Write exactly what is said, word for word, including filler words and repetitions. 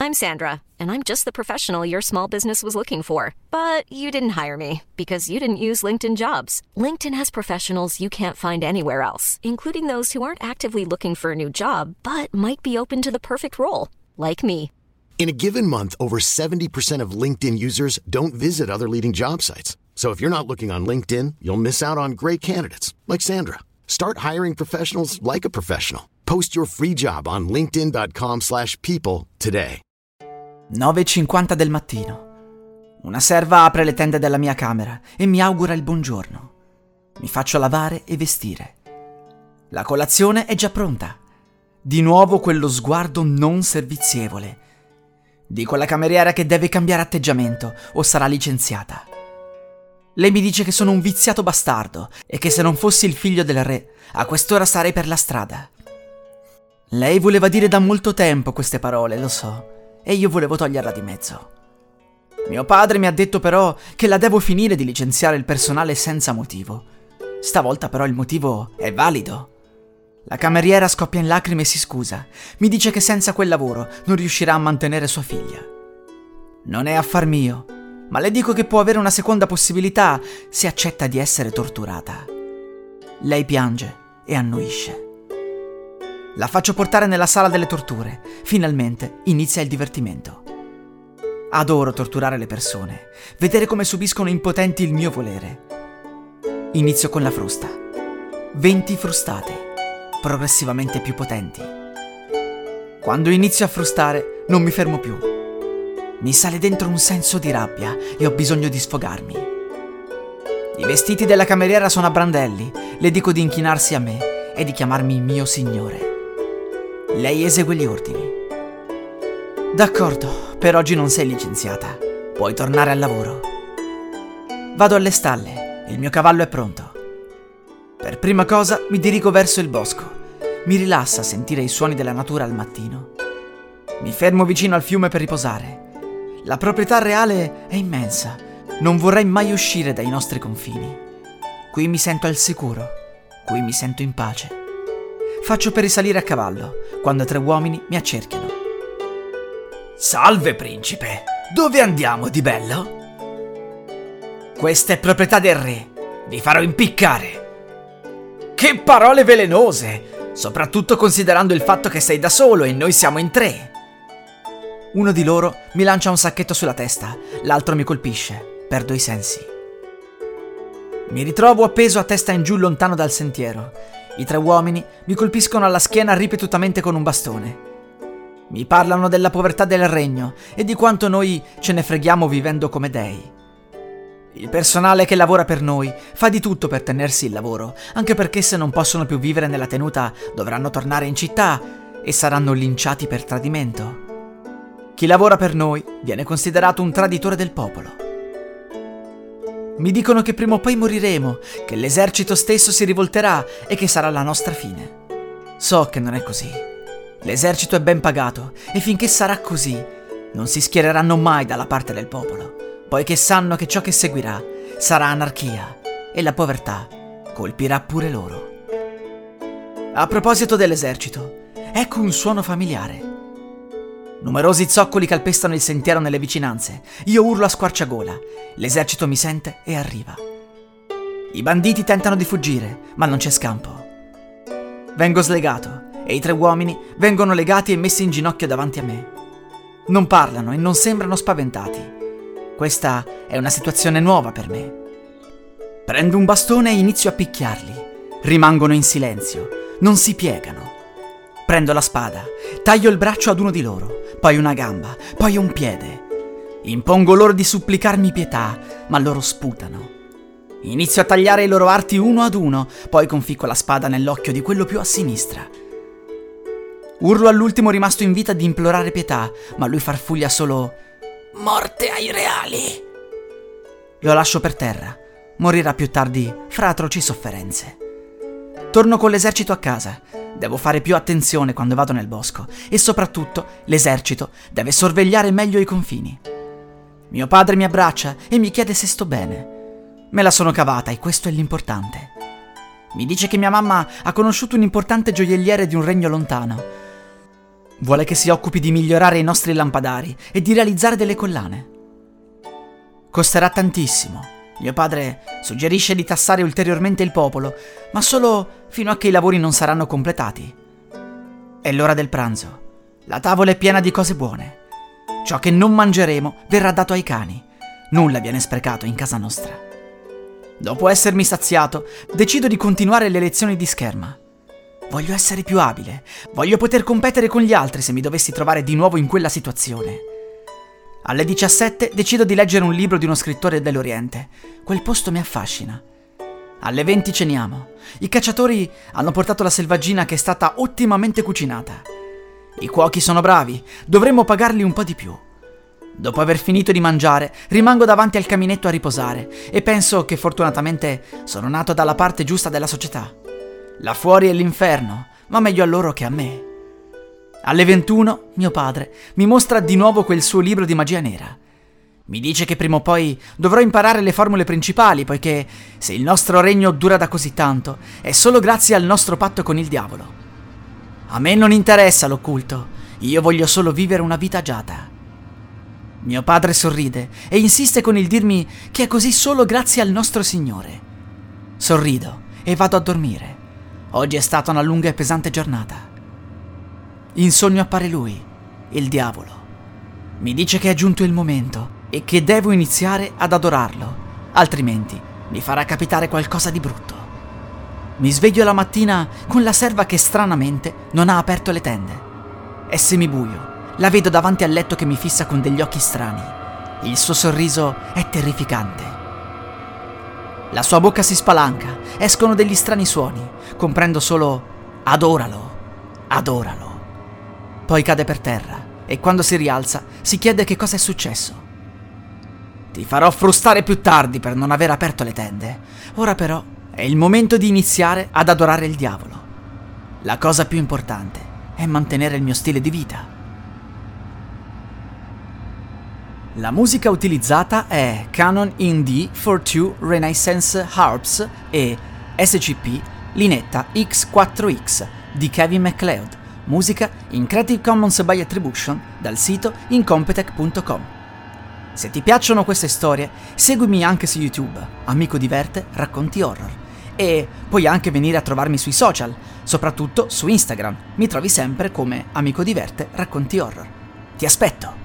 I'm Sandra, and I'm just the professional your small business was looking for. But you didn't hire me because you didn't use LinkedIn Jobs. LinkedIn has professionals you can't find anywhere else, including those who aren't actively looking for a new job, but might be open to the perfect role, like me. In a given month, over seventy percent of LinkedIn users don't visit other leading job sites. So if you're not looking on LinkedIn, you'll miss out on great candidates like Sandra. Start hiring professionals like a professional. Post your free job on linkedin.com slash people today. nove e cinquanta del mattino. Una serva apre le tende della mia camera e mi augura il buongiorno. Mi faccio lavare e vestire. La colazione è già pronta. Di nuovo quello sguardo non servizievole. Dico alla cameriera che deve cambiare atteggiamento o sarà licenziata. Lei mi dice che sono un viziato bastardo e che se non fossi il figlio del re, a quest'ora sarei per la strada. Lei voleva dire da molto tempo queste parole, lo so, e io volevo toglierla di mezzo. Mio padre mi ha detto però che la devo finire di licenziare il personale senza motivo. Stavolta però il motivo è valido. La cameriera scoppia in lacrime e si scusa. Mi dice che senza quel lavoro non riuscirà a mantenere sua figlia. Non è affar mio, ma le dico che può avere una seconda possibilità se accetta di essere torturata. Lei piange e annuisce. La faccio portare nella sala delle torture. Finalmente inizia il divertimento. Adoro torturare le persone, vedere come subiscono impotenti il mio volere. Inizio con la frusta. venti frustate, progressivamente più potenti. Quando inizio a frustare, non mi fermo più. Mi sale dentro un senso di rabbia e ho bisogno di sfogarmi. I vestiti della cameriera sono a brandelli, le dico di inchinarsi a me e di chiamarmi mio signore. Lei esegue gli ordini. D'accordo, per oggi non sei licenziata. Puoi tornare al lavoro. Vado alle stalle, il mio cavallo è pronto. Per prima cosa mi dirigo verso il bosco. Mi rilassa sentire i suoni della natura al mattino. Mi fermo vicino al fiume per riposare. La proprietà reale è immensa. Non vorrei mai uscire dai nostri confini. Qui mi sento al sicuro. Qui mi sento in pace. Faccio per risalire a cavallo, quando tre uomini mi accerchiano. Salve, principe! Dove andiamo di bello? Questa è proprietà del re. Vi farò impiccare. Che parole velenose! Soprattutto considerando il fatto che sei da solo e noi siamo in tre. Uno di loro mi lancia un sacchetto sulla testa, l'altro mi colpisce. Perdo i sensi. Mi ritrovo appeso a testa in giù lontano dal sentiero. I tre uomini mi colpiscono alla schiena ripetutamente con un bastone. Mi parlano della povertà del regno e di quanto noi ce ne freghiamo vivendo come dei. Il personale che lavora per noi fa di tutto per tenersi il lavoro, anche perché se non possono più vivere nella tenuta dovranno tornare in città e saranno linciati per tradimento. Chi lavora per noi viene considerato un traditore del popolo. Mi dicono che prima o poi moriremo, che l'esercito stesso si rivolterà e che sarà la nostra fine. So che non è così. L'esercito è ben pagato e finché sarà così non si schiereranno mai dalla parte del popolo, poiché sanno che ciò che seguirà sarà anarchia e la povertà colpirà pure loro. A proposito dell'esercito, ecco un suono familiare. Numerosi zoccoli calpestano il sentiero nelle vicinanze. Io urlo a squarciagola. L'esercito mi sente e arriva. I banditi tentano di fuggire, ma non c'è scampo. Vengo slegato e i tre uomini vengono legati e messi in ginocchio davanti a me. Non parlano e non sembrano spaventati. Questa è una situazione nuova per me. Prendo un bastone e inizio a picchiarli. Rimangono in silenzio, non si piegano. Prendo la spada, taglio il braccio ad uno di loro, poi una gamba, poi un piede. Impongo loro di supplicarmi pietà, ma loro sputano. Inizio a tagliare i loro arti uno ad uno, poi conficco la spada nell'occhio di quello più a sinistra. Urlo all'ultimo rimasto in vita di implorare pietà, ma lui farfuglia solo «Morte ai reali!». Lo lascio per terra. Morirà più tardi fra atroci sofferenze. Torno con l'esercito a casa. Devo fare più attenzione quando vado nel bosco e soprattutto l'esercito deve sorvegliare meglio i confini. Mio padre mi abbraccia e mi chiede se sto bene. Me la sono cavata e questo è l'importante. Mi dice che mia mamma ha conosciuto un importante gioielliere di un regno lontano. Vuole che si occupi di migliorare i nostri lampadari e di realizzare delle collane. Costerà tantissimo. Mio padre suggerisce di tassare ulteriormente il popolo, ma solo fino a che i lavori non saranno completati. È l'ora del pranzo. La tavola è piena di cose buone. Ciò che non mangeremo verrà dato ai cani. Nulla viene sprecato in casa nostra. Dopo essermi saziato, decido di continuare le lezioni di scherma. Voglio essere più abile. Voglio poter competere con gli altri se mi dovessi trovare di nuovo in quella situazione. Alle diciassette decido di leggere un libro di uno scrittore dell'Oriente. Quel posto mi affascina. Alle venti ceniamo. I cacciatori hanno portato la selvaggina che è stata ottimamente cucinata. I cuochi sono bravi, dovremmo pagarli un po' di più. Dopo aver finito di mangiare, rimango davanti al caminetto a riposare e penso che fortunatamente sono nato dalla parte giusta della società. Là fuori è l'inferno, ma meglio a loro che a me. Alle ventuno, mio padre mi mostra di nuovo quel suo libro di magia nera. Mi dice che prima o poi dovrò imparare le formule principali, poiché se il nostro regno dura da così tanto, è solo grazie al nostro patto con il diavolo. A me non interessa l'occulto, io voglio solo vivere una vita agiata. Mio padre sorride e insiste con il dirmi che è così solo grazie al nostro Signore. Sorrido e vado a dormire. Oggi è stata una lunga e pesante giornata. In sogno appare lui, il diavolo. Mi dice che è giunto il momento e che devo iniziare ad adorarlo, altrimenti mi farà capitare qualcosa di brutto. Mi sveglio la mattina con la serva che stranamente non ha aperto le tende. È semibuio, la vedo davanti al letto che mi fissa con degli occhi strani. Il suo sorriso è terrificante. La sua bocca si spalanca, escono degli strani suoni, comprendo solo adoralo, adoralo. Poi cade per terra e quando si rialza si chiede che cosa è successo. Ti farò frustare più tardi per non aver aperto le tende. Ora però è il momento di iniziare ad adorare il diavolo. La cosa più importante è mantenere il mio stile di vita. La musica utilizzata è Canon in D for Two Renaissance Harps e S C P Linetta X quattro X di Kevin MacLeod, musica in Creative Commons by Attribution dal sito incompetech punto com. Se ti piacciono queste storie, seguimi anche su YouTube, Amico Diverte Racconti Horror, e puoi anche venire a trovarmi sui social, soprattutto su Instagram, mi trovi sempre come Amico Diverte Racconti Horror. Ti aspetto!